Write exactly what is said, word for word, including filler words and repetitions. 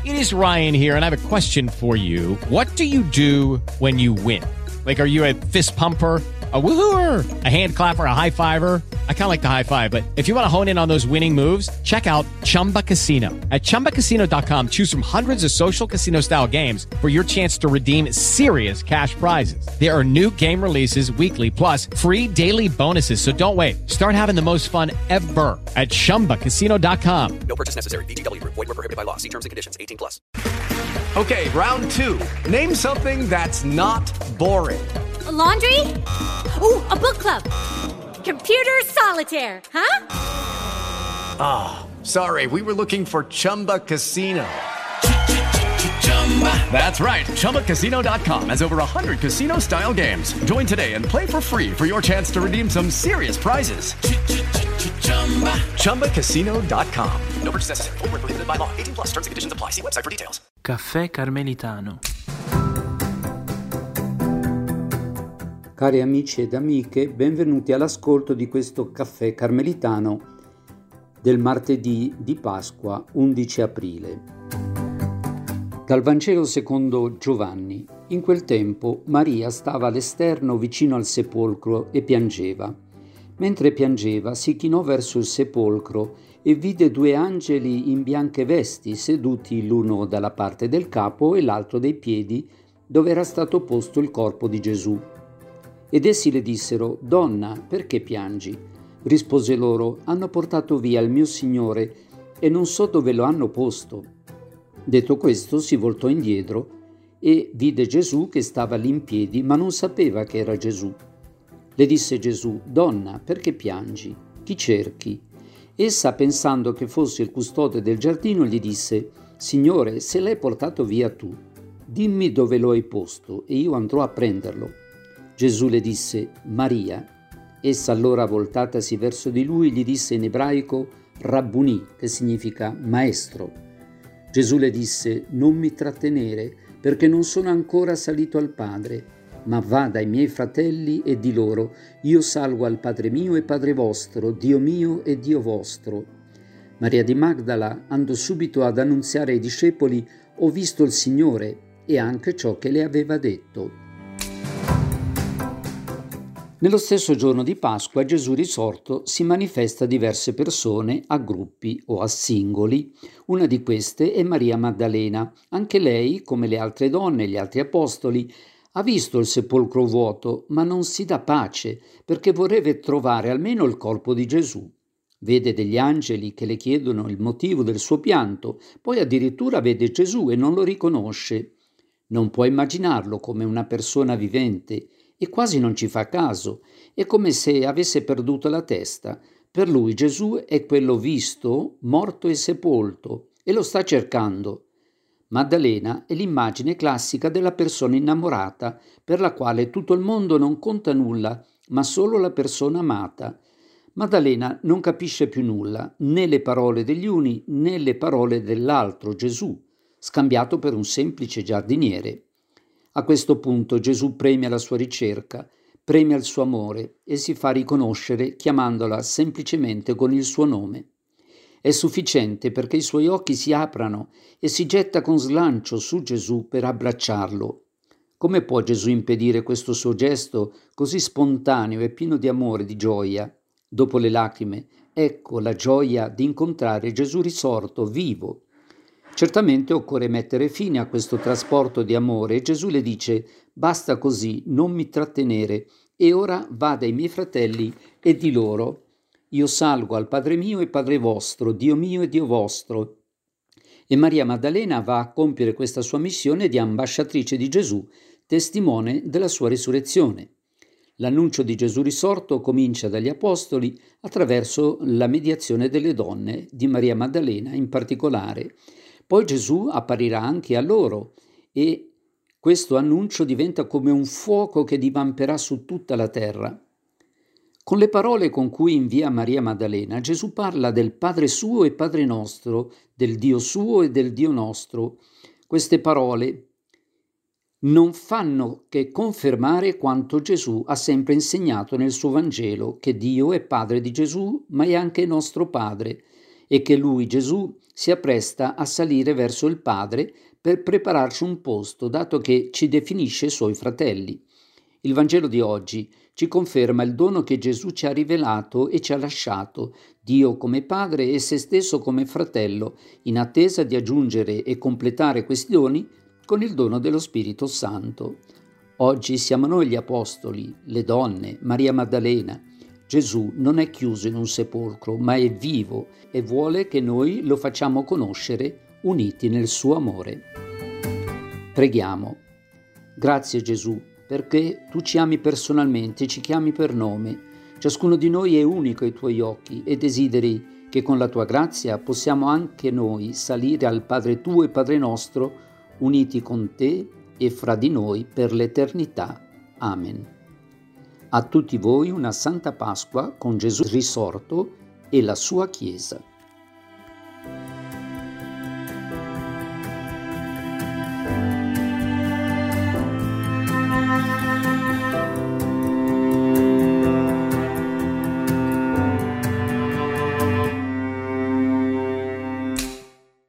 It is Ryan here, and I have a question for you. What do you do when you win? Like, are you a fist pumper, a woohooer, a hand clapper, a high fiver? I kind of like the high five, but if you want to hone in on those winning moves, check out Chumba Casino. At chumba casino dot com, choose from hundreds of social casino style games for your chance to redeem serious cash prizes. There are new game releases weekly, plus free daily bonuses. So don't wait. Start having the most fun ever at chumba casino dot com. No purchase necessary. V G W Group. Void where prohibited by law. See terms and conditions. eighteen plus. Okay, round two. Name something that's not boring. A laundry? Ooh, a book club. Computer solitaire, huh? Ah, oh, sorry. We were looking for Chumba Casino. That's right. Chumba Casino dot com has over one hundred casino-style games. Join today and play for free for your chance to redeem some serious prizes. Chumba Casino dot com. No purchase necessary. Void where prohibited by law. eighteen plus. Terms and conditions apply. See website for details. Caffè Carmelitano. Cari amici ed amiche, benvenuti all'ascolto di questo caffè carmelitano del martedì di Pasqua undici aprile. Dal Vangelo secondo Giovanni. In quel tempo Maria stava all'esterno vicino al sepolcro e piangeva. Mentre piangeva si chinò verso il sepolcro e vide due angeli in bianche vesti seduti l'uno dalla parte del capo e l'altro dei piedi dove era stato posto il corpo di Gesù. Ed essi le dissero: «Donna, perché piangi?» Rispose loro: «Hanno portato via il mio Signore e non so dove lo hanno posto». Detto questo si voltò indietro e vide Gesù che stava lì in piedi, ma non sapeva che era Gesù. Le disse Gesù: «Donna, perché piangi? Chi cerchi?» Essa, pensando che fosse il custode del giardino, gli disse: «Signore, se l'hai portato via tu, dimmi dove lo hai posto e io andrò a prenderlo». Gesù le disse: «Maria». Essa allora, voltatasi verso di lui, gli disse in ebraico Rabbuni, che significa maestro. Gesù le disse: «Non mi trattenere, perché non sono ancora salito al Padre, ma va dai miei fratelli e di loro: io salgo al Padre mio e Padre vostro, Dio mio e Dio vostro». Maria di Magdala andò subito ad annunziare ai discepoli: «Ho visto il Signore», e anche ciò che le aveva detto. Nello stesso giorno di Pasqua Gesù risorto si manifesta a diverse persone, a gruppi o a singoli. Una di queste è Maria Maddalena. Anche lei, come le altre donne e gli altri apostoli, ha visto il sepolcro vuoto, ma non si dà pace, perché vorrebbe trovare almeno il corpo di Gesù. Vede degli angeli che le chiedono il motivo del suo pianto, poi addirittura vede Gesù e non lo riconosce. Non può immaginarlo come una persona vivente, e quasi non ci fa caso, è come se avesse perduto la testa. Per lui Gesù è quello visto, morto e sepolto, e lo sta cercando. Maddalena è l'immagine classica della persona innamorata, per la quale tutto il mondo non conta nulla, ma solo la persona amata. Maddalena non capisce più nulla, né le parole degli uni né le parole dell'altro, Gesù, scambiato per un semplice giardiniere. A questo punto Gesù premia la sua ricerca, premia il suo amore e si fa riconoscere chiamandola semplicemente con il suo nome. È sufficiente perché i suoi occhi si aprano e si getta con slancio su Gesù per abbracciarlo. Come può Gesù impedire questo suo gesto così spontaneo e pieno di amore e di gioia? Dopo le lacrime, ecco la gioia di incontrare Gesù risorto, vivo. Certamente occorre mettere fine a questo trasporto di amore e Gesù le dice: «Basta così, non mi trattenere, e ora va dai miei fratelli e di loro. Io salgo al Padre mio e Padre vostro, Dio mio e Dio vostro». E Maria Maddalena va a compiere questa sua missione di ambasciatrice di Gesù, testimone della sua risurrezione. L'annuncio di Gesù risorto comincia dagli apostoli attraverso la mediazione delle donne, di Maria Maddalena in particolare. Poi Gesù apparirà anche a loro e questo annuncio diventa come un fuoco che divamperà su tutta la terra. Con le parole con cui invia Maria Maddalena, Gesù parla del Padre suo e Padre nostro, del Dio suo e del Dio nostro. Queste parole non fanno che confermare quanto Gesù ha sempre insegnato nel suo Vangelo, che Dio è Padre di Gesù, ma è anche nostro Padre. e che Lui, Gesù, si appresta a salire verso il Padre per prepararci un posto, dato che ci definisce Suoi fratelli. Il Vangelo di oggi ci conferma il dono che Gesù ci ha rivelato e ci ha lasciato, Dio come Padre e se stesso come fratello, in attesa di aggiungere e completare questi doni con il dono dello Spirito Santo. Oggi siamo noi gli apostoli, le donne, Maria Maddalena. Gesù non è chiuso in un sepolcro, ma è vivo e vuole che noi lo facciamo conoscere uniti nel suo amore. Preghiamo. Grazie Gesù, perché tu ci ami personalmente, ci chiami per nome. Ciascuno di noi è unico ai tuoi occhi e desideri che con la tua grazia possiamo anche noi salire al Padre tuo e Padre nostro, uniti con te e fra di noi per l'eternità. Amen. A tutti voi una Santa Pasqua con Gesù risorto e la sua Chiesa.